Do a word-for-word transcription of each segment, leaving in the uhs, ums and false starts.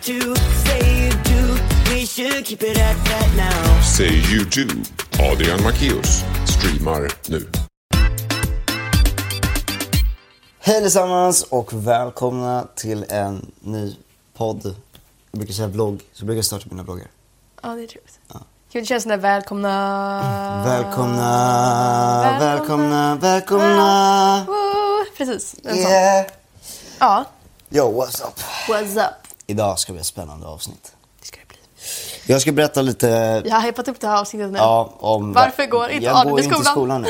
to say you do. We should keep it at that now. Say You Do, Adrian Macchius, streamar nu. Hej allesammans och välkomna till en ny podd. Jag brukar säga vlogg, så brukar jag starta mina vloggar. Ja, det är trevligt. Ja. Kul, det känns som det är välkomna... Välkomna, välkomna, välkomna. välkomna. Woo, precis. En yeah. sån. Ja. Yo, what's up? What's up? Idag ska det bli ett spännande avsnitt. Det ska det bli. Jag ska berätta lite... Jag har hypat upp det här avsnittet nu. Ja, om... Varför går inte jag Adrian går i skolan? inte i skolan nu.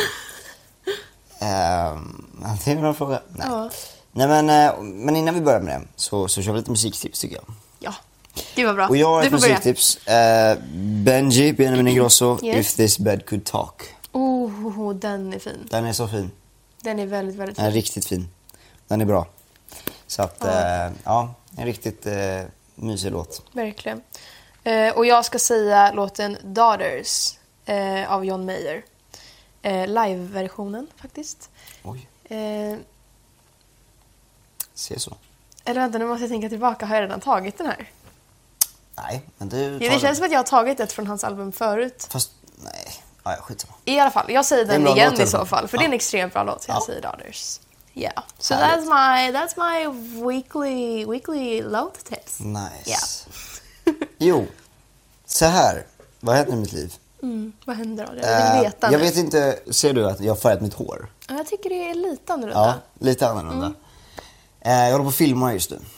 um, det är en bra fråga. Nej. Ja. Nej, men, uh, men innan vi börjar med det så, så kör vi lite musiktips tycker jag. Ja, det var bra. Och jag har ett du får musiktips. Uh, Benji, Benjamin Ingrosso, Yes. If This Bed Could Talk. Oh, den är fin. Den är så fin. Den är väldigt, väldigt Den fin. är riktigt fin. Den är bra. Så att, ja, uh, ja en riktigt uh, mysig låt. Verkligen. Eh, och jag ska säga låten Daughters eh, av John Mayer. Eh, live-versionen faktiskt. Oj, Eh, se så. eller vänta, nu måste jag tänka tillbaka. Har jag redan tagit den här? Nej, men du tar Ja, det känns den. som att jag har tagit ett från hans album förut. Fast, nej. Ja, jag skiter på. I alla fall, jag säger Det är en den bra igen låt, i så eller? fall. För Ja. det är en extremt bra låt, så jag Ja. säger Daughters. Yeah. So Härligt. that's my, that's my weekly, weekly låt tips. Nice. Ja. Jo, så här. Vad har hänt i mitt liv? Mm, vad händer då? Jag vill Eh, veta jag nu. vet inte, ser du att jag har färgat mitt hår? Ja, jag tycker det är lite annorlunda. Ja, lite annorlunda. Mm. Eh, jag håller på att filma just nu.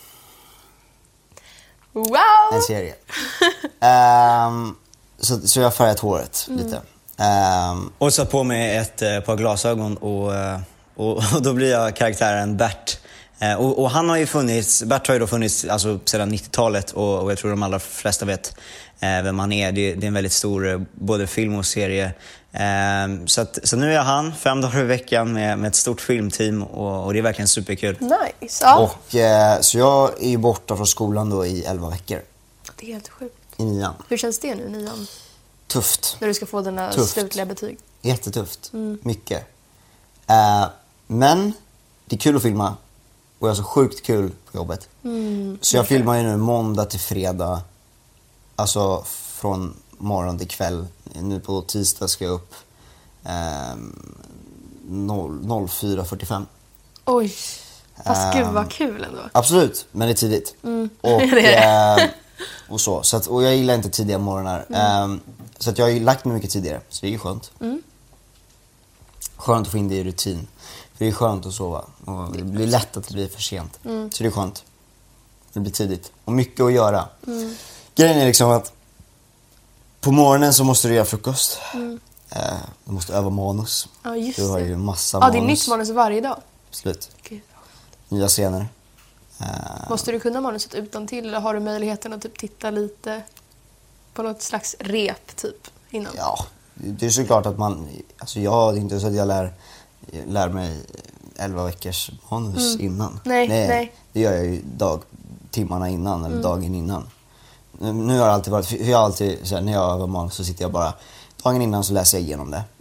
Wow! En serie. Ehm, så, så jag har färgat håret Mm. lite. Ehm, Och satt på mig ett eh, par glasögon och, eh, och, och då blir jag karaktären Bert. Eh, och, och han har ju funnits, Bert har ju då funnits alltså, sedan nittiotalet och, och jag tror de allra flesta vet eh, vem han är. Det, det är en väldigt stor eh, både film och serie. Eh, så, att, så nu är jag han fem dagar i veckan med, med ett stort filmteam och, och det är verkligen superkul. Nice. Ja. och, eh, så jag är ju borta från skolan då i elva veckor. Det är helt sjukt. I nian. Hur känns det nu, nian? Tufft. När du ska få dina Tufft. slutliga betyg. Jättetufft. Mycket. Eh, men det är kul att filma. Och jag har så sjukt kul på jobbet. Mm, så jag filmar ju nu måndag till fredag. Alltså från morgon till kväll. Nu på tisdag ska jag upp eh, noll fyra fyrtiofem. Oj. Fast gud Ehm, vad kul ändå. Absolut, men det är tidigt. Och, Det är det. eh, och så. så att, och jag gillar inte tidiga morgnar. Eh, så att jag har ju lagt mig mycket tidigare. Så det är ju skönt. Skönt att få in det i rutin. För det är skönt att sova. Och det blir lätt att det blir för sent. Så det är skönt. Det blir tidigt. Och mycket att göra. Grejen är liksom att på morgonen så måste du göra frukost. Eh, du måste öva manus. Ja, just du har det. ju massa Ja, manus. det är nytt manus varje dag. Absolut. Gud. Nya scener. Eh, Måste du kunna manuset utan till eller har du möjligheten att typ titta lite på något slags rep typ innan? Ja, det är såklart att man... Alltså jag, det är inte så att jag lär, lär mig elva veckors manus innan. Nej, nej. Det gör jag ju dag, timmarna innan eller dagen innan. Nu, nu har det alltid varit... För jag har alltid, så här, när jag övar manus så sitter jag bara... Dagen innan så läser jag igenom det.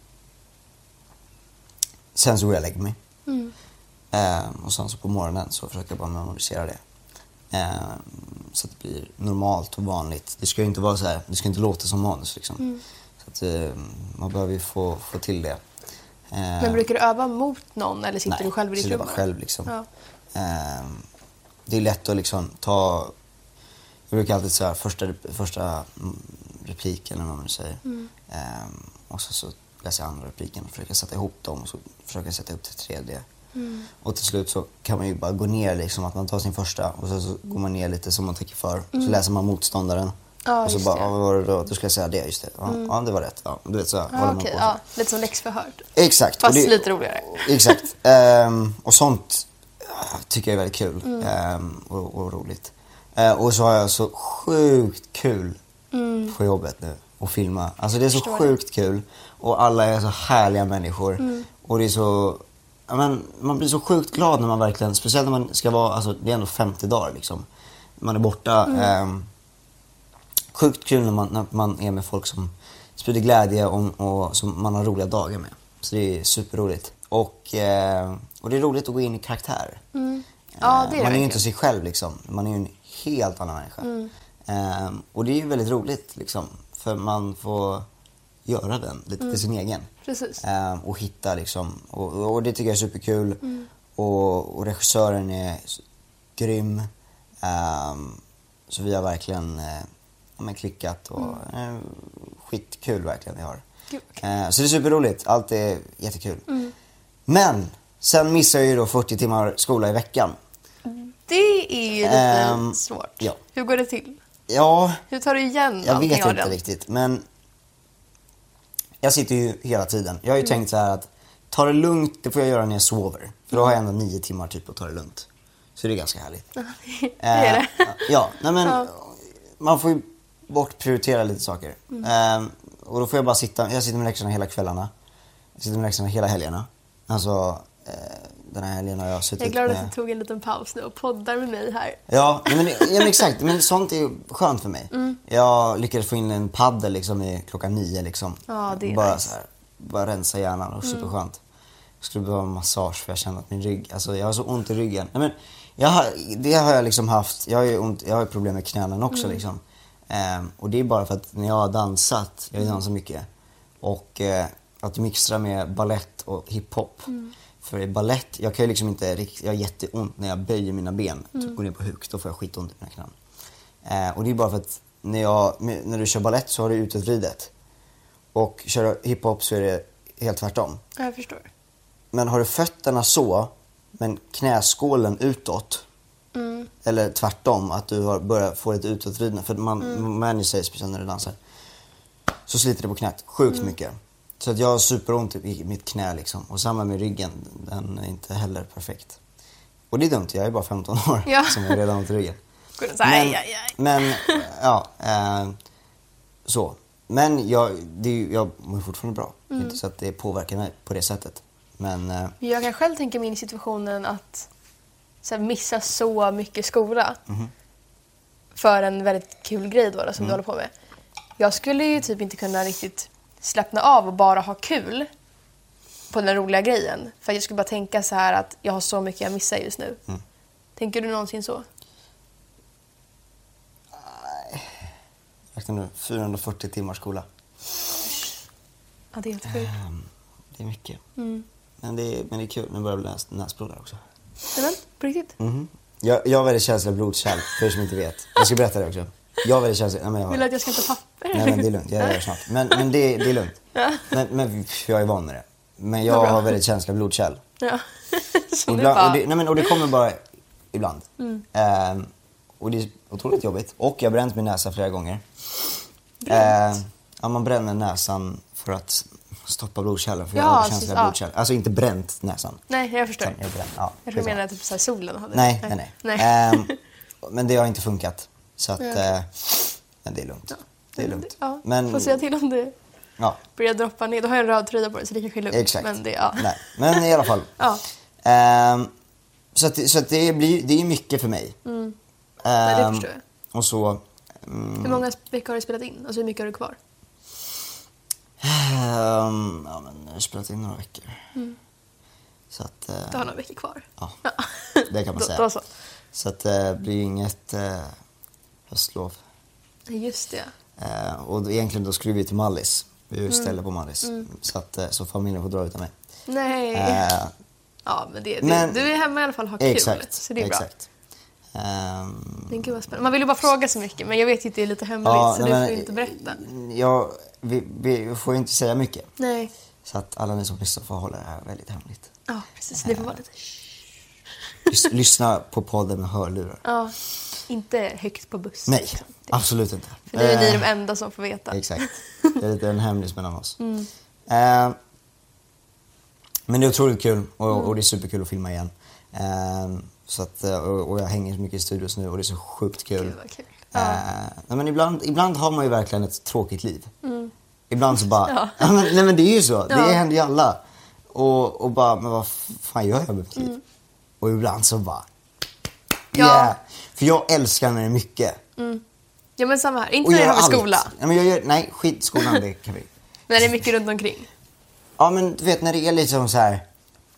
Sen så går jag och lägger mig. Ehm, och sen så på morgonen så försöker jag bara memorisera det. Ehm, så att det blir normalt och vanligt. Det ska ju inte vara så här, det ska inte låta som manus liksom. Så att eh, man behöver ju få, få till det. Ehm, Men brukar du öva mot någon eller sitter nej, du själv i ditt sitter rum? bara själv liksom. Ja. Ehm, det är lätt att liksom ta... Jag brukar alltid säga första, första repliken eller vad man säger. Ehm, och så, så läser jag andra repliken och försöker sätta ihop dem och så försöker jag sätta ihop till tredje. Mm. Och till slut så kan man ju bara gå ner liksom, att man tar sin första och så, så går man ner lite som man tänker för. Så läser man motståndaren. Ja, och så just bara, det. ja, vad var det då? Då ska jag säga det, just det. Ja, ja det var rätt. Ja, du vet så här, håller Ja, man okej. på. Ja, lite som läxförhör. Exakt. Fast och det, lite roligare. Exakt. Ehm, och sånt ah, tycker jag är väldigt kul ehm, och, och roligt. Ehm, och så har jag så sjukt kul på jobbet nu och filma. Alltså det är så Förstår sjukt kul och alla är så härliga människor. Och det är så... Ja, men, man blir så sjukt glad när man verkligen... Speciellt när man ska vara... Alltså det är ändå femtio dagar liksom. Man är borta. Ehm, sjukt kul när man, när man är med folk som sprider glädje och, och som man har roliga dagar med. Så det är superroligt. Och, eh, och det är roligt att gå in i karaktär. Ja, det är det man är ju verkligen. inte sig själv liksom. Man är ju en helt annan människa. Mm. Eh, och det är ju väldigt roligt liksom. För man får göra den lite Mm. till sin egen. Precis. Eh, och hitta liksom. Och, och det tycker jag är superkul. Mm. Och, och regissören är s- grym. Eh, så vi har verkligen eh, ja, men klickat. Och eh, skitkul verkligen vi har. Gud, vad kul. Eh, så det är superroligt. Allt är jättekul. Mm. Men sen missar jag ju då fyrtio timmar skola i veckan. Det är ju lite Ehm, svårt. ja. Hur går det till? Ja, Hur tar du igen jag allting vet av inte den? riktigt. Men jag sitter ju hela tiden. Jag har Mm. ju tänkt så här att ta det lugnt, det får jag göra när jag sover. För då har jag ändå nio timmar typ att ta det lugnt. Så det är ganska härligt. det är det. Eh, ja, nej men Ja. man får ju bortprioritera lite saker. Mm. Eh, och då får jag bara sitta, jag sitter med läxorna hela kvällarna. Jag sitter med läxorna hela helgerna. Alltså, eh, den här helgen har jag suttit Jag är glad med... att du tog en liten paus nu och poddar med mig här. Ja, men, ja, men exakt. Men sånt är ju skönt för mig. Mm. Jag lyckades få in en paddel liksom i klockan nio liksom. Ja, det är bara nice. så här, bara rensa hjärnan och superskönt. Jag skulle behöva en massage för jag känner att min rygg, alltså jag har så ont i ryggen. Nej, men jag har, det har jag liksom haft, jag har ju ont, jag har ju problem med knäna också liksom. Ehm, och det är bara för att när jag har dansat, jag har ju dansat mycket. Och eh, att mixtra med ballett och hiphop. För i ballett, jag kan ju liksom inte rikt- jag har jätteont när jag böjer mina ben, typ går ner på huk, då får jag skitont i mina knän. Eh, och det är bara för att när, jag, när du kör ballett så har du utåtvridet. Och kör hiphop så är det helt tvärtom. Ja, jag förstår. Men har du fötterna så, men knäskålen utåt, Mm. eller tvärtom, att du har börjat få ett utåtvridna, för man, Mm. man säger speciellt när du dansar, så sliter det på knät sjukt Mm. mycket. Så att jag har superont i mitt knä liksom. Och samma med ryggen, den är inte heller perfekt. Och det är dumt, jag är bara femton år Ja. som jag redan ont i ryggen. Går det så här, aj, aj, aj. men ja, eh, så. Men jag, det är, ju- jag mår fortfarande bra. Det är Mm. inte så att det påverkar mig på det sättet. Men eh, Jag kan själv tänka mig in i situationen att så här, missa så mycket skola Mhm. för en väldigt kul grej då, då Mm. som du håller på med. Jag skulle ju typ inte kunna riktigt slappna av och bara ha kul på den roliga grejen. För jag skulle bara tänka så här att jag har så mycket jag missar just nu. Mm. Tänker du någonsin så? räkna nu, fyrahundrafyrtio timmar skola. Ja, det är helt sjukt. Ehm, det är mycket. Mm. Men det är, men det är kul, nu börjar jag bli näs, näsblod också. Men, på riktigt? Mhm. Jag, jag har väldigt känsliga blodkärl, för er som inte vet. Jag ska berätta det också. Jag har väldigt känsliga... Nej, men jag har, Vill du att jag ska ta papper? nej men det är lugnt, jag gör det snart. Men, men det, det är lugnt. Ja. Men, men jag är van med det. Men jag Vad bra. har väldigt känsliga blodkärl. Ja. Så Och, du ibland, bara... och, det, nej men, och det kommer bara ibland. Mm. Ehm, och det är otroligt jobbigt. Och jag har bränt min näsa flera gånger. Bränt? Ehm, ja, man bränner näsan för att stoppa blodkärlen. För Ja, jag har precis, känsliga ja. blodkärl. Alltså inte bränt näsan. Nej, jag förstår. Utan jag är bränd. Ja, Jag tror du skitsamma. menar typ så här solen hade Nej, nej, nej. nej. Ehm, men det har inte funkat. Så att, Ja. eh, men det är lugnt. Det är lugnt. Ja, Men, får säga till om det ja, börjar droppa ner. Då har jag en röd tröja på dig så det kanske är lugnt. exakt. Men det, ja. Nej, men i alla fall. Ja. Ehm, så att, så att det blir det är mycket för mig. Mm. Nej, det Ehm, förstår jag. Och så... Mm, Hur många veckor har du spelat in? Alltså hur mycket har du kvar? ehm, ja, men jag har spelat in några veckor. Så att... eh, Du har några veckor kvar. Ja, Ja. det kan man Då- säga. Då så. Så att eh, det blir inget eh, höstlov. Just det. Eh, och då, egentligen då skulle vi till Mallis. Vi Mm. är ju ställe på Mallis. Så att eh, så familjen får dra utan mig. Nej. Eh, ja, men, det, det, men- du är hemma i alla fall och har kul. exakt. Så det är bra. exakt. Ehm, Men gud vad spännande. Man vill ju bara fråga så mycket, men jag vet ju att det är lite hemligt ja, så nej, du men, får ju inte berätta. Ja, vi, vi får ju inte säga mycket. Nej. Så att alla ni som lyssnar får hålla det här väldigt hemligt. Ja, precis. Det får vara lite... Lys- lyssna på podden med hörlurar. Ja, inte högt på bussen. Nej, liksom. Det- absolut inte. För nu är ni Eh, de enda som får veta. Exakt. Det är lite en hemlis mellan oss. Mm. Eh, men det är otroligt kul och, och det är superkul att filma igen. Eh, så att, eh, och, och jag hänger så mycket i studios nu och det är så sjukt kul. Gud, vad kul. Ja. Eh, nej, men ibland, ibland har man ju verkligen ett tråkigt liv. Ibland så bara, Ja. ja. men, nej men det är ju så, det Ja. händer ju alla. Och, och bara, men vad fan gör jag med mitt liv? Och ibland så bara, Ja. yeah. För jag älskar när det är mycket. Ja, men samma här. Inte Och när det gör har med allt. skola. Nej, men jag gör, nej, skit skolan, det kan vi. Men det är mycket runt omkring. Ja men du vet när det är liksom så här.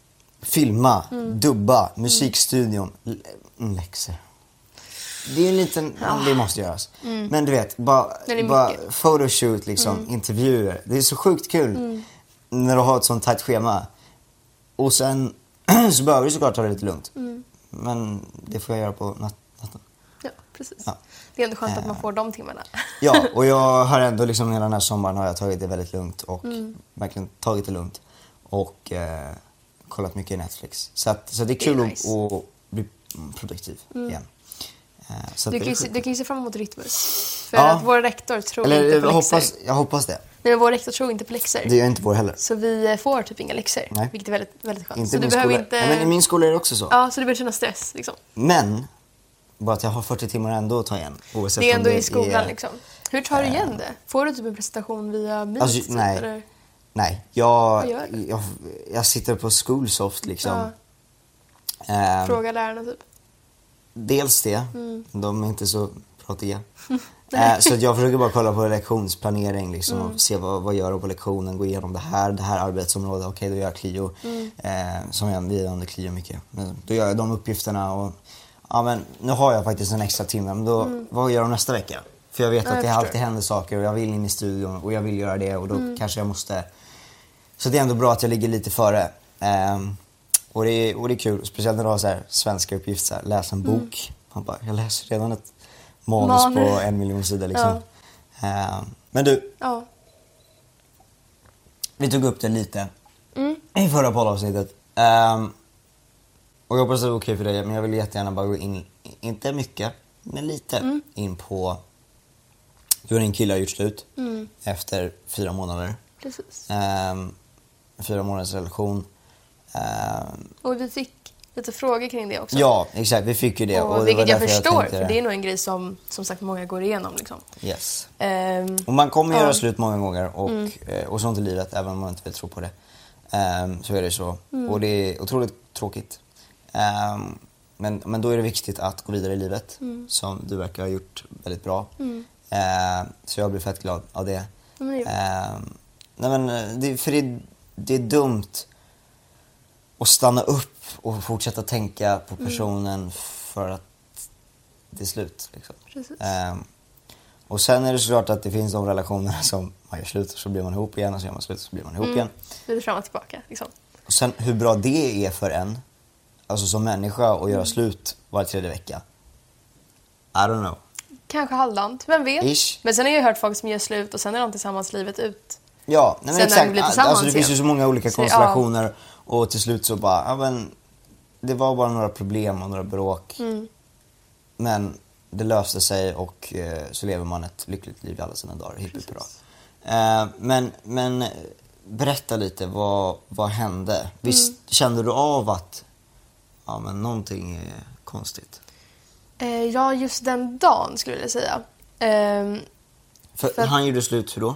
filma, dubba, musikstudion, l- läxor. Det är ju en liten, det måste göras. Men du vet, bara, Det är bara mycket. photoshoot liksom, intervjuer. Det är så sjukt kul när du har ett sånt tajt schema. Och sen så behöver du såklart ta det lite lugnt. Men det får jag göra på natt- natten. Ja, precis. Ja. Det är ändå skönt att man får de timmarna. Ja, och jag har ändå liksom hela den här sommaren har jag tagit det väldigt lugnt och verkligen tagit det lugnt. Och eh, kollat mycket Netflix. Så, att, så det är kul Det är att, nice. att bli produktiv igen. Eh, så att Du det kan, är ju, se- sjukt. du kan ju se fram emot Rytmus. För Ja. att vår rektor tror Eller inte på jag läxor. hoppas, jag hoppas det. Nej, men vår rektor tror inte på läxor. Det gör inte vår heller. Så vi får typ inga läxor. Nej. Vilket är väldigt, väldigt skönt. Inte så min du behöver skola. inte... Ja, men i min skola är det också så. Ja, så du behöver känna stress liksom. Men, bara att jag har fyrtio timmar ändå att ta igen. Oavsett Det är om ändå det i skolan är, liksom. Hur tar du igen det? Får du typ en presentation via Meet? Alltså, typ, nej. Eller? Nej, jag, Vad gör du? jag, jag sitter på Schoolsoft liksom. Ja. Ehm, Fråga lärarna typ. Dels det, Mm. de är inte så pratiga. eh, så att jag försöker bara kolla på lektionsplanering liksom, Mm. och se vad, vad gör de på lektionen, gå igenom det här, det här arbetsområdet, okej då gör jag Clio. Mm. Eh, som jag, vi använder Clio mycket. Men då gör jag de uppgifterna och ja men nu har jag faktiskt en extra timme, men då, vad gör de nästa vecka? För jag vet Mm. Ja, att jag det förstår. alltid händer saker och jag vill in i studion och jag vill göra det och då Mm. kanske jag måste. Så det är ändå bra att jag ligger lite före. Ehm, och, det är, och det är kul, speciellt när du har så här, svenska uppgifter, så här, läsa en bok. Man bara, jag läser redan ett manus Manus. på en miljon sidor liksom. Ehm, men du, Ja. vi tog upp det lite Mm. i förra poddavsnittet. Ehm, och jag hoppas det är okej för dig, men jag vill jättegärna bara gå in, inte mycket, men lite Mm. in på. Du och din kille har gjort slut Mm. efter fyra månader. Precis. Ehm, fyra månaders relation. Ehm, Och vi fick lite frågor kring det också. ja, exakt. Vi fick ju det. Och, och det vilket var jag därför förstår, tänkte för det är nog en grej som som sagt många går igenom liksom. Yes. Ehm, Och man kommer Ja. göra slut många gånger och, Mm. eh, och sånt i livet, även om man inte vill tro på det. Ehm, så är det så. Mm. Och det är otroligt tråkigt. Ehm, men, men då är det viktigt att gå vidare i livet, Mm. som du verkar ha gjort väldigt bra. Mm. Ehm, så jag blir fett glad av det. men det är- Ehm, nej men, eh, det, för det, det är dumt att stanna upp och fortsätta tänka på Mm. personen för att det är slut. Liksom. Precis. Ehm, och sen är det såklart att det finns de relationer som man gör slut så blir man ihop igen och så gör man slut så blir man ihop Mm. igen. Lite fram och tillbaka liksom. Och sen hur bra det är för en, alltså som människa, att Mm. göra slut var tredje vecka. I don't know. Kanske halvdant, vem vet? Ish. Men sen har jag ju hört folk som gör slut och sen är de tillsammans livet ut. Ja, nej men Sen när exakt. vi blir tillsammans Alltså det finns ju igen. så många olika Så, ja. konstellationer och till slut så bara, ja men det var bara några problem och några bråk. Mm. Men det löste sig och eh, så lever man ett lyckligt liv i alla sina dagar. Hipp hipp hurra. Eh, men, men berätta lite, vad, vad hände? Visst Mm. kände du av att ja, men någonting är konstigt? Eh, ja, just den dagen skulle jag vilja säga. Ehm, För, För- han gjorde slut hur då?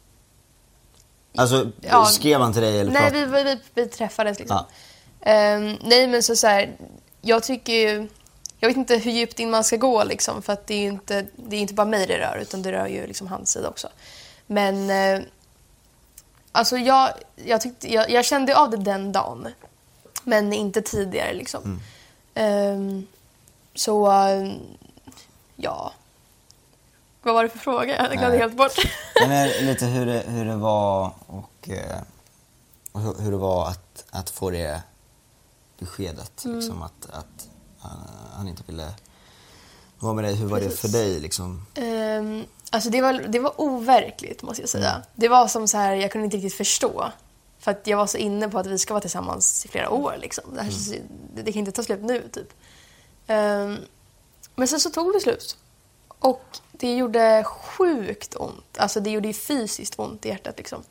Alltså Ja. skrev han till dig eller nej, prat- vi, vi, vi träffades liksom. Ja. Ehm, nej, men så, så här, jag tycker ju... Jag vet inte hur djupt in man ska gå liksom, för att det är ju inte, det är inte bara mig det rör, utan det rör ju liksom hans sida också. Men eh, alltså jag, jag, tyckte, jag, jag kände av det den dagen, men inte tidigare liksom. Mm. Ehm, så eh, ja. Vad var det för fråga? Jag glömde Nej. helt bort. Nej, men lite hur det, hur det var och, eh, och hur, hur det var att, att få det beskedet. Mm. Liksom, att, att uh, han inte ville vara med dig. Hur var det Precis. för dig? Liksom? Um, alltså det var, det var overkligt måste jag säga. Mm. Det var som så här, jag kunde inte riktigt förstå. För att jag var så inne på att vi ska vara tillsammans i flera år. Liksom. Det, här, Mm. det, det kan inte ta slut nu typ. Um, men sen så tog det slut. Och det gjorde sjukt ont. Alltså det gjorde ju fysiskt ont i hjärtat liksom.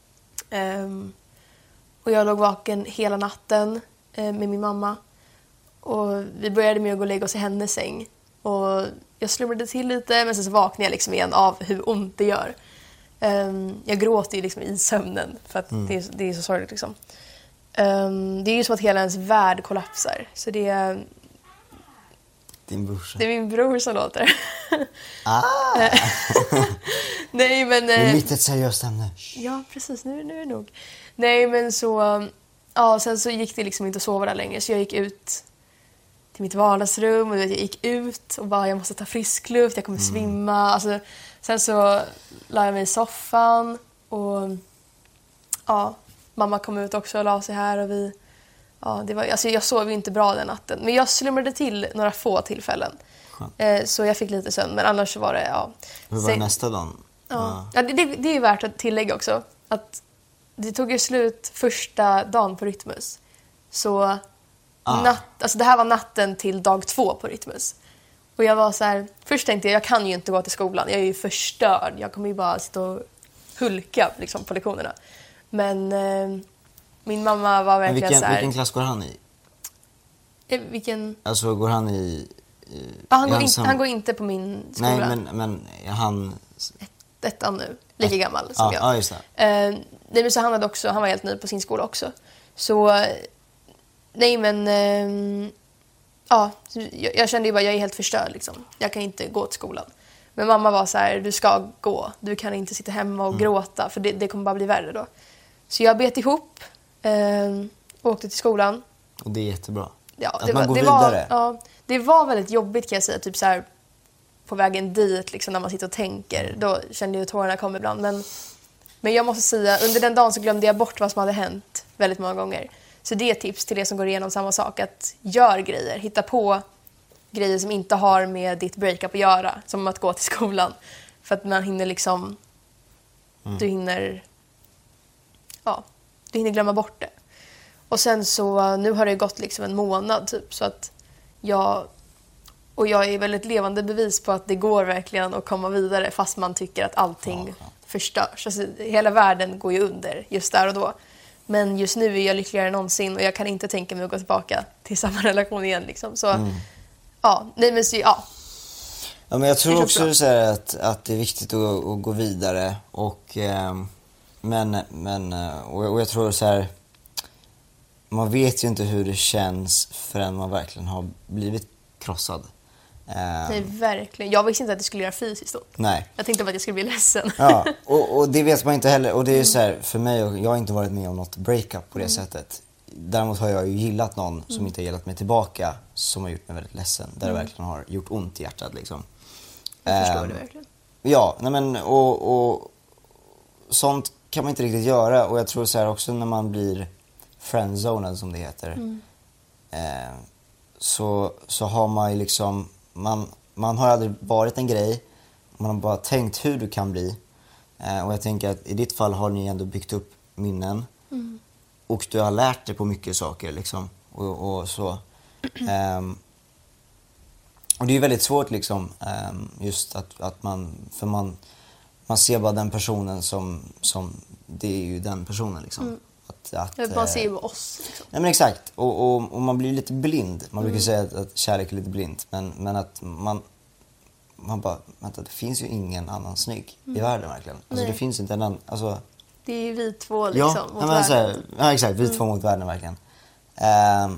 Um, och jag låg vaken hela natten eh, med min mamma. Och vi började med att gå och lägga oss i hennes säng. Och jag slumrade till lite, men sen så vaknade jag liksom igen av hur ont det gör. Um, jag gråter ju liksom i sömnen för att Mm. det, är, det är så sorgligt liksom. Um, det är ju som att hela ens värld kollapsar. Så det är, Din brorsa. det är min bror som låter. Ah, Nej men... det är eh, mitt ett seriöst ämne. Ja, precis. Nu, nu är det nog. Nej, men så... ja, sen så gick det liksom inte att sova där längre. Så jag gick ut till mitt vardagsrum och jag gick ut och bara jag måste ta frisk luft, jag kommer mm. svimma. Alltså, sen så la jag mig i soffan och ja, mamma kom ut också och la sig här och vi... Ja, det var, alltså jag sov ju inte bra den natten. Men jag slumrade till några få tillfällen. Eh, så jag fick lite sömn. Men annars var det... Ja. Hur var det nästa dag? Ja. Ja, det, det, det är ju värt att tillägga också. Att det tog ju slut första dagen på Rytmus. Så Ah. natt, alltså det här var natten till dag två på Rytmus. Och jag var så här... Först tänkte jag, jag kan ju inte gå till skolan. Jag är ju förstörd. Jag kommer ju bara sitta och hulka liksom, på lektionerna. Men... Eh, min mamma var verkligen vilken, så här... vilken klass går han i? Eh, vilken... Alltså går han i... i ja, han, går han, in, som... han går inte på min skola. Nej, men, men är han... Ett, ettan nu. Lika gammal som ja, jag. Ja, just det. Eh, nej, men så han, hade också, han var helt ny på sin skola också. Så... Nej, men... Eh, ja, jag, jag kände ju bara jag är helt förstörd. Liksom. Jag kan inte gå till skolan. Men mamma var så här, du ska gå. Du kan inte sitta hemma och mm. gråta. För det, det kommer bara bli värre då. Så jag bet ihop. Eh, åkte till skolan. Och det är jättebra. Ja, att det man var, går det vidare. Var, ja, det var väldigt jobbigt kan jag säga. Typ så här, på vägen dit, liksom, när man sitter och tänker. Då kände jag att tårarna kom ibland. Men, men jag måste säga, under den dagen så glömde jag bort vad som hade hänt väldigt många gånger. Så det är ett tips till det som går igenom samma sak. Att gör grejer. Hitta på grejer som inte har med ditt breakup att göra. Som att gå till skolan. För att man hinner liksom... Mm. Du hinner... Ja, du hinner glömma bort det. Och sen så, nu har det gått liksom en månad typ. Så att jag... Och jag är väl ett levande bevis på att det går verkligen att komma vidare. Fast man tycker att allting ja, ja. förstörs. Alltså, hela världen går ju under just där och då. Men just nu är jag lyckligare än någonsin. Och jag kan inte tänka mig att gå tillbaka till samma relation igen. Liksom. Så, mm. ja, nej men så, ja. Ja, men jag tror också så här att, att det är viktigt att, att gå vidare. Och, eh, men, men, och, och jag tror så här... Man vet ju inte hur det känns förrän man verkligen har blivit krossad. Nej, verkligen. Jag visste inte att det skulle göra fysiskt ont. Nej. Jag tänkte bara att jag skulle bli ledsen. Ja, och, och det vet man inte heller. Och det är ju så här, för mig, och jag har inte varit med om något breakup på det mm. sättet. Däremot har jag ju gillat någon mm. som inte har gillat mig tillbaka, som har gjort mig väldigt ledsen. Där mm. det verkligen har gjort ont i hjärtat liksom. Jag förstår um, det verkligen. Ja, nej men och, och sånt kan man inte riktigt göra. Och jag tror så här också när man blir friendzoned som det heter. Mm. Eh, så, så har man ju liksom... Man, man har aldrig varit en grej. Man har bara tänkt hur du kan bli. Eh, och jag tänker att i ditt fall har ni ändå byggt upp minnen. Mm. Och du har lärt dig på mycket saker liksom. Och, och så. Um, och det är ju väldigt svårt liksom. Um, just att, att man... För man, man ser bara den personen som... som det är ju den personen liksom. Mm. Att, att, man ser ju oss. Liksom. Nej men exakt. Och, och, och man blir lite blind. Man brukar mm. säga att, att kärlek är lite blind. Men, men att man... Man bara, vänta, det finns ju ingen annan snygg mm. i världen verkligen. Alltså Nej. det finns inte en annan... Alltså, det är ju vi två liksom ja, mot men världen. Så här, ja, exakt. Vi mm. två mot världen verkligen. Um,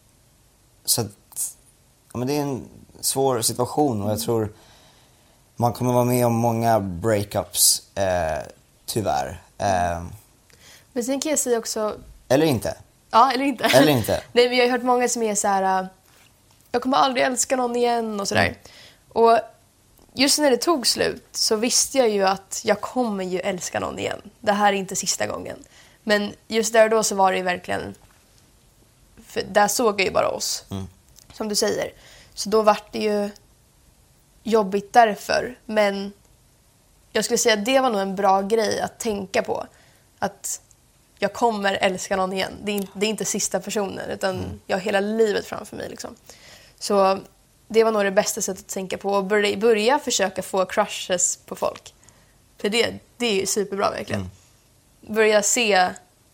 så att... Ja, men det är en svår situation. Och jag tror... Man kommer vara med om många breakups. Eh, tyvärr. Um, Men sen kan jag säga också... Eller inte. Ja, eller inte. Eller inte. Nej, men jag har hört många som är så här... Jag kommer aldrig älska någon igen och sådär. Mm. Och just när det tog slut så visste jag ju att jag kommer ju älska någon igen. Det här är inte sista gången. Men just där och då så var det ju verkligen... För där såg jag ju bara oss. Mm. Som du säger. Så då var det ju jobbigt därför. Men jag skulle säga att det var nog en bra grej att tänka på. Att... Jag kommer älska någon igen. Det är, inte, det är inte sista personen, utan mm. jag har hela livet framför mig. Liksom. Så det var nog det bästa sättet att tänka på. Och börja, börja försöka få crushes på folk. För det, det är ju superbra verkligen. Mm. Börja se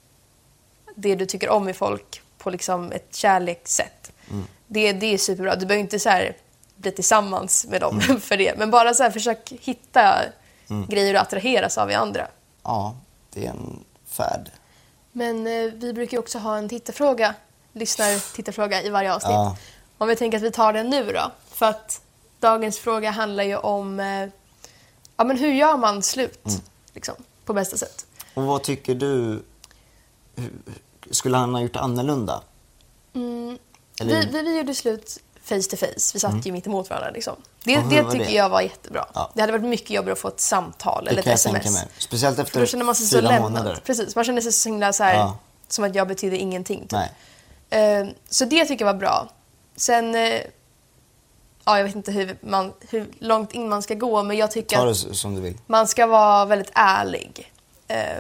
det du tycker om i folk på liksom ett kärlekssätt. Mm. Det, det är superbra. Du behöver inte så här bli tillsammans med dem mm. för det. Men bara så här, försök hitta mm. grejer att attraheras av i andra. Ja, det är en färd. Men eh, vi brukar ju också ha en tittarfråga, lyssnar-tittarfråga i varje avsnitt. Ja. Om vi tänker att vi tar den nu då. För att dagens fråga handlar ju om eh, ja, men hur gör man slut mm. liksom, på bästa sätt. Och vad tycker du... skulle han ha gjort det annorlunda? Mm. Eller- Vi, vi, vi gjorde slut face to face. Vi satt ju mitt emot varandra. Liksom. Det, Och hur det var tycker det? jag var jättebra. Ja. Det hade varit mycket jobbigare att få ett samtal Det eller ett kan jag sms. tänka mig. Speciellt För efter då känner man sig så fyra lämnad. månader. Precis, man känner sig så himla så här, Ja. som att jag betydde ingenting. Typ. Nej. Eh, så det tycker jag var bra. Sen, eh, ja, jag vet inte hur, man, hur långt in man ska gå, men jag tycker Ta det att s- som du vill. man ska vara väldigt ärlig. Eh,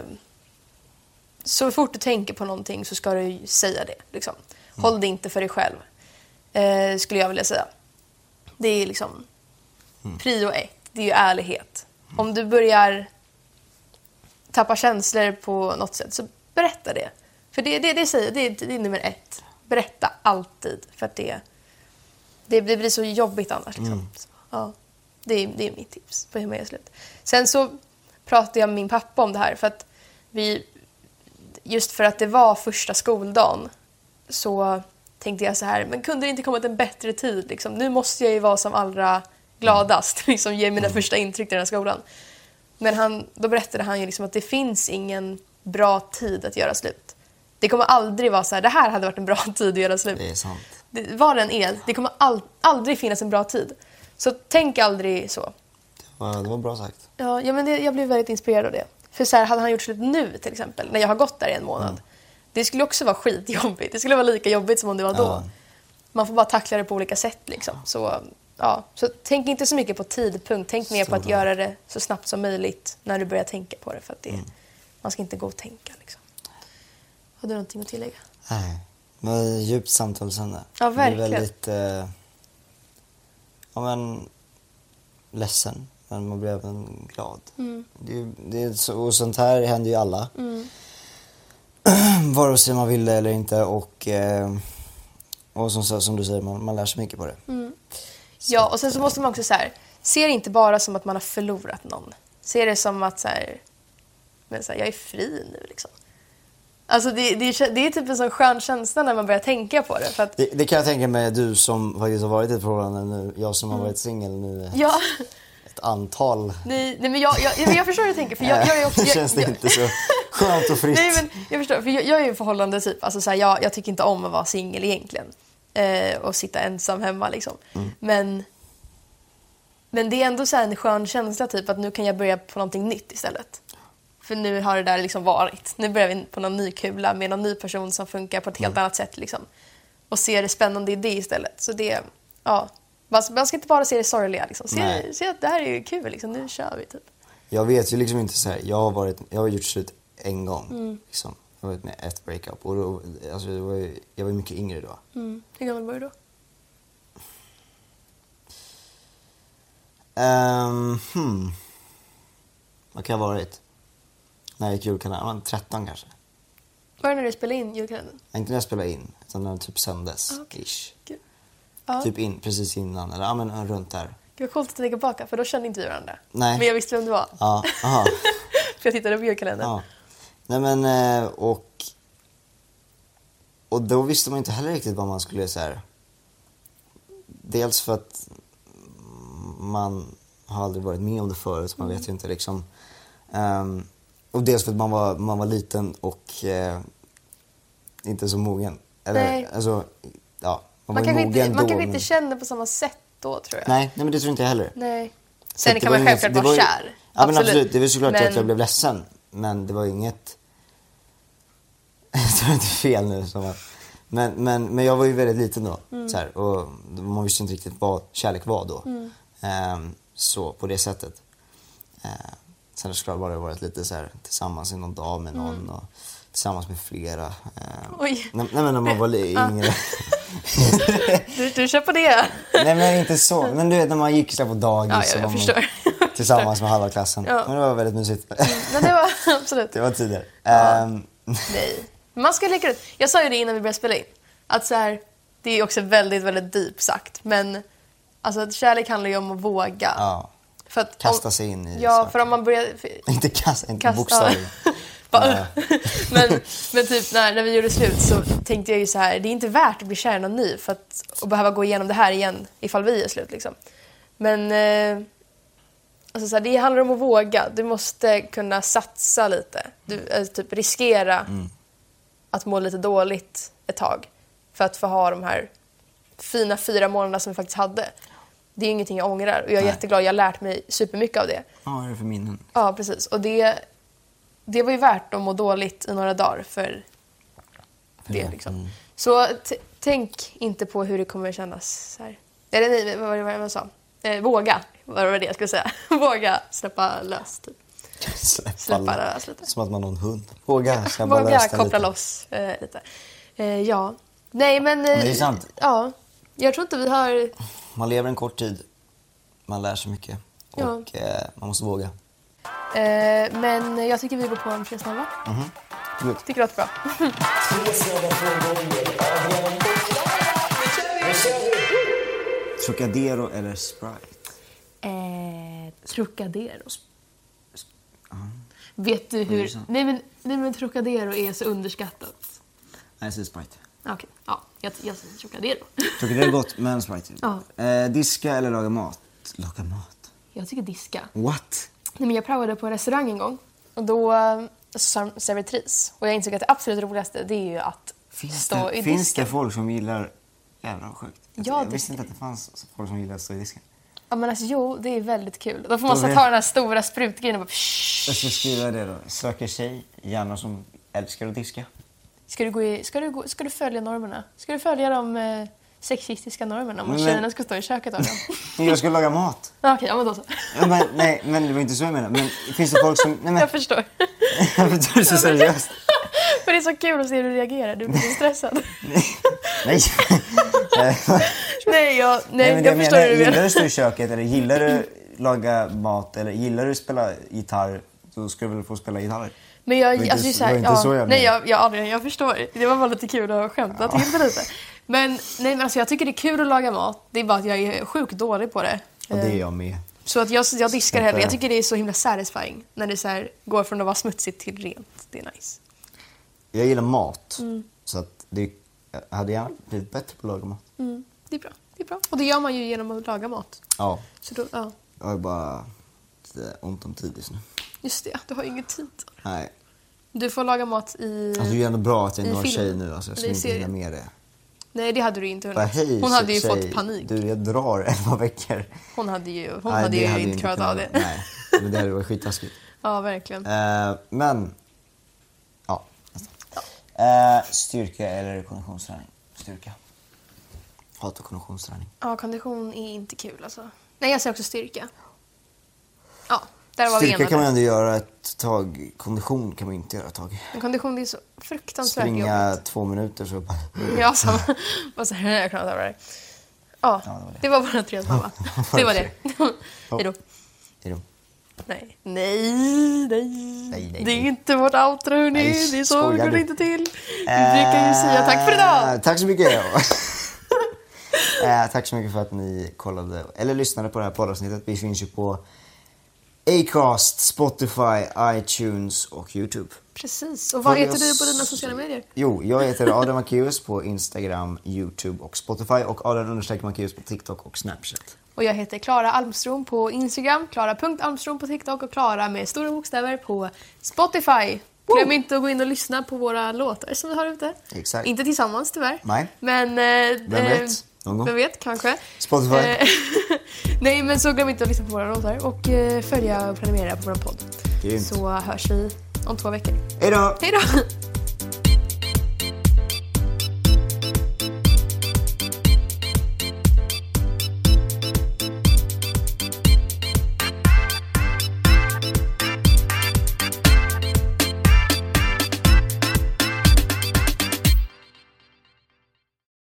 så fort du tänker på någonting så ska du ju säga det. Liksom. Håll det inte för dig själv, eh, skulle jag vilja säga. Det är liksom prio ett. Det är ju ärlighet. Om du börjar tappa känslor på något sätt, så berätta det. För det, det, det, säger, det, det är nummer ett. Berätta alltid. För att det, det, det blir så jobbigt annars. Liksom. Så, ja, det, är, det är mitt tips på hur man gör slut. Sen så pratade jag med min pappa om det här. För att vi, just för att det var första skoldagen, så tänkte jag så här, men kunde det inte kommit en bättre tid? Liksom? Nu måste jag ju vara som allra gladast, liksom, ge mina första intryck i den här skolan. Men han, då berättade han ju liksom att det finns ingen bra tid att göra slut. Det kommer aldrig vara så här, det här hade varit en bra tid att göra slut. Det är sant. Det, vad den är, det kommer all, aldrig finnas en bra tid. Så tänk aldrig så. Ja, det var bra sagt. Ja, ja men det, jag blev väldigt inspirerad av det. För så här, hade han gjort slut nu till exempel, när jag har gått där i en månad. Mm. Det skulle också vara skitjobbigt. Det skulle vara lika jobbigt som om det var då. Ja. Man får bara tackla det på olika sätt liksom. Så, ja. Så tänk inte så mycket på tidpunkt. Tänk mer på att Stora. göra det så snabbt som möjligt när du börjar tänka på det. För att det, mm. man ska inte gå och tänka liksom. Har du någonting att tillägga? Nej, men djupt samtalsämne. Ja, verkligen. Jag blir väldigt, eh, ja men, ledsen. Men man blir även glad. Mm. Det, det är så, och sånt här händer ju alla. Mm. Vare sig man vill det eller inte. Och, eh, och som, som du säger, man, man lär sig mycket på det. Mm. Ja, och sen så måste man också så här, se det inte bara som att man har förlorat någon. Se det som att så här, men så här, jag är fri nu liksom. Alltså det, det, är, det är typ en sån skön känsla när man börjar tänka på det. För att, Det, det kan jag tänka mig, du som faktiskt har varit i ett förhållande nu. Jag som har varit singel nu. ja, Ett antal. nej, nej men jag, jag, jag, jag förstår hur du tänker. För jag, jag är också, jag, Känns det jag, inte så skönt och fritt? Nej, men jag förstår. För jag, jag är ju förhållande typ. Alltså, så här, jag, jag tycker inte om att vara singel egentligen. Eh, och sitta ensam hemma liksom. Mm. Men, men det är ändå så här en skön känsla typ att nu kan jag börja på någonting nytt istället. För nu har det där liksom varit. Nu börjar vi på någon ny kula med någon ny person som funkar på ett helt Mm. annat sätt liksom. Och se det spännande i det istället. Så det, ja. Man man ska inte bara se det sorgliga liksom. Se, Nej. se att det här är ju kul liksom. Nu kör vi typ. Jag vet ju liksom inte så här. Jag har, varit, jag har gjort slut en gång. Mm. Liksom. Jag har varit med ett breakup. Och då, alltså, det var ju, jag var ju mycket yngre då. Mm. Hur gammal var du då? Um, hmm. Vad kan jag ha varit? När jag gick julkalendern? Jag var tretton kanske. Var det när du spelade in julkalendern? Inte när jag spelade in. Utan när det typ sändes. Ah, okej. Ish. Gud. Ja. Typ in, precis innan. Eller ja, men runt där. Det var coolt att tänka tillbaka, för då kände inte vi varandra. Nej. Men jag visste vem du var. Ja, aha. För jag tittade på julkalendern. Ja. Nej men, eh, och... Och då visste man inte heller riktigt vad man skulle så här. Dels för att man har aldrig varit med om det förut, så man vet ju inte liksom. Um, och dels för att man var, man var liten och eh, inte så mogen. Eller, Nej. Alltså, ja, man, Man var kanske mogen inte, man då, kanske men... inte känner på samma sätt då, tror jag. Nej, nej men det tror inte jag heller. Nej. Så Sen det kan var man inget- självklart det vara var ju- kär. Ja men absolut, det var såklart Men- att jag blev ledsen. Men det var inget... det var inte fel nu. Som att... men, men, men jag var ju väldigt liten då. Mm. Så här, och man visste inte riktigt vad kärlek var då. Mm. Ehm, så på det sättet. Ehm, sen har det såklart bara varit lite så här, tillsammans i någon dag med någon. Mm. Och tillsammans med flera. Ehm, Oj. nej, nej men när man var li- yngre. Du, du kör på det. Nej men inte så. Men du vet när man gick så här på dagis. Ja, så jag, var jag man förstår. tillsammans med halva klassen. Ja. Men det var väldigt mysigt. Men det var absolut. Det var tidigare. Ja. Ehm, Nej. Man ska leka ut. Jag sa ju det innan vi började spela in. Att så här, det är också väldigt, väldigt deep sagt. Men alltså, att kärlek handlar ju om att våga. ja. För att Kasta om, sig in i Ja, saker. för om man börjar... För, Inte kasta, inte Kasta. bokstavligen. Bara, men, men typ när, när vi gjorde slut så tänkte jag ju så här, det är inte värt att bli kär i någon ny för att och behöva gå igenom det här igen ifall vi är slut liksom. Men eh, alltså så här, det handlar om att våga. Du måste kunna satsa lite. Du, alltså, typ riskera Mm. att må lite dåligt ett tag för att få ha de här fina fyra månaderna som vi faktiskt hade. Det är ingenting jag ångrar och jag är Nej. jätteglad. Jag har lärt mig supermycket av det. Ja, vad är det för minnen? Ja, precis. Och det, det var ju värt att må dåligt i några dagar för, För det. det, Liksom. mm. Så t- tänk inte på hur det kommer att kännas. Så här. Eller nej, vad var det vad jag sa? Eh, våga, vad var det jag skulle säga. Våga släppa lös. Typ. Släppa, Släppa lös. lös lite. Som att man har en hund. Våga släppa Våga lös den koppla lite. loss eh, lite. Eh, ja. Nej, men... Eh, Men det är sant. Ja. Jag tror inte vi har... Man lever en kort tid. Man lär sig mycket. Ja. Och eh, man måste våga. Eh, men jag tycker vi går på en fredagsnälla. Good. Tycker det låter bra. Trocadero eller Sprite? Eh, Trocadero. Vet du hur... sant. Nej men, nej, men Trocadero är så underskattat. Nej, jag säger Sprite. Okej, ja. Jag, jag säger Trocadero. Trocadero är gott, men Sprite. Ja. Eh, diska eller laga mat? Laga mat? Jag tycker diska. What? Nej, men jag prövade på en restaurang en gång. Och då eh, så servitris. Och jag insåg att det absolut roligaste det är ju att Finns stå det, i finns disken. det folk som gillar... Jävlar vad sjukt. Jag, Ja, jag det- visste inte att det fanns folk som gillar att stå i disken. Ja men alltså jo, det är väldigt kul. Då får man Då så vet- ta den här stora sprutgrejen och bara... Jag ska skriva det då. Söker tjej, gärna som älskar att diska. Ska du, gå i, ska, du gå, ska du följa normerna? Ska du följa de eh, sexistiska normerna om att Men- tjejerna ska stå i köket av dem? Men jag ska laga mat. Ja, Okej, ja men då så. Ja, men, nej, men det var inte så jag menade. Men finns det folk som... Nej, men, Jag förstår. jag tar det så seriöst. För det är så kul att se hur du reagerar. Du blir så stressad. Nej. nej, jag, nej, Nej, men jag det förstår menar, hur du gillar menar. du att stå i köket eller gillar du laga mat eller gillar du spela gitarr så ska du väl få spela gitarr. Men jag, Det var inte- alltså, så här, det var inte ja, så jag nej, menade. jag, jag, Adrian, jag förstår. Det var bara lite kul att skämta till det lite. Men, nej, men alltså, jag tycker det är kul att laga mat. Det är bara att jag är sjukt dålig på det. Och det är jag med. Så att jag, jag diskar Snälla. hellre. Jag tycker det är så himla satisfying. När det så här, går från att vara smutsigt till rent. Det är nice. Jag gillar mat. Mm. Så att det, jag hade gärna blivit bättre på att laga mat. Mm, det är bra. Det är bra. Och det gör man ju genom att laga mat. Ja, Så då, ja. jag har bara lite ont om tid just nu. Just det, du har ju ingen tid. Nej. Du får laga mat i... Alltså det är ju ändå bra att jag I är någon film. tjej nu. Alltså, jag Eller skulle i inte hinna serien. med det. Nej, det hade du inte Bara, hunnit. hej, Hon hade ju tjej, fått panik. Du, jag drar elva veckor. Hon hade ju, hon Nej, hade det ju inte klarat av kunnat- det. Nej, men det hade varit skittaskigt. Ja, verkligen. Eh, men, ja. nästan. Eh, styrka eller konditionsträning? Styrka. Hatar konditionsträning. Ja, kondition är inte kul alltså. Nej, jag säger också styrka. Ja, där var vi Styrka kan man enade. ändå göra ett tag. Kondition kan man inte göra ett tag. Men kondition det är så fruktansvärt Springa jobbigt. två minuter så bara... Ja, så, bara så här, jag klarar av det här. Ja, Ja, det var det. det var våra tre mamma. Det var det. Hej då. Hejdå. Nej. Nej, nej. Nej, nej, Det är nej. inte vårt outro, hörni. Nej, Det är så skojar går det du? inte till. Vi brukar ju säga tack för idag. Eh, Tack så mycket. eh, tack så mycket för att ni kollade eller lyssnade på det här poddavsnittet. Vi finns ju på Acast, Spotify, iTunes och YouTube. Precis. Och vad Följ heter du oss- på dina sociala medier? Jo, jag heter Adrian Macéus på Instagram, YouTube och Spotify och Adrian understreck Macéus på TikTok och Snapchat. Och jag heter Klara Almström på Instagram, Klara punkt Almström på TikTok och Klara med stora bokstäver på Spotify. Glöm inte att gå in och lyssna på våra låtar som vi har ute. Exakt. Inte tillsammans tyvärr. Nej. Men... Eh, Vem eh, vet? Någon gång. Vem vet, kanske. Spotify. Eh, Nej, men så glöm inte att lyssna på våra låtar och eh, följa och prenumerera på vår podd. Grymt. Så hörs vi om två veckor. Hej då! Hej då!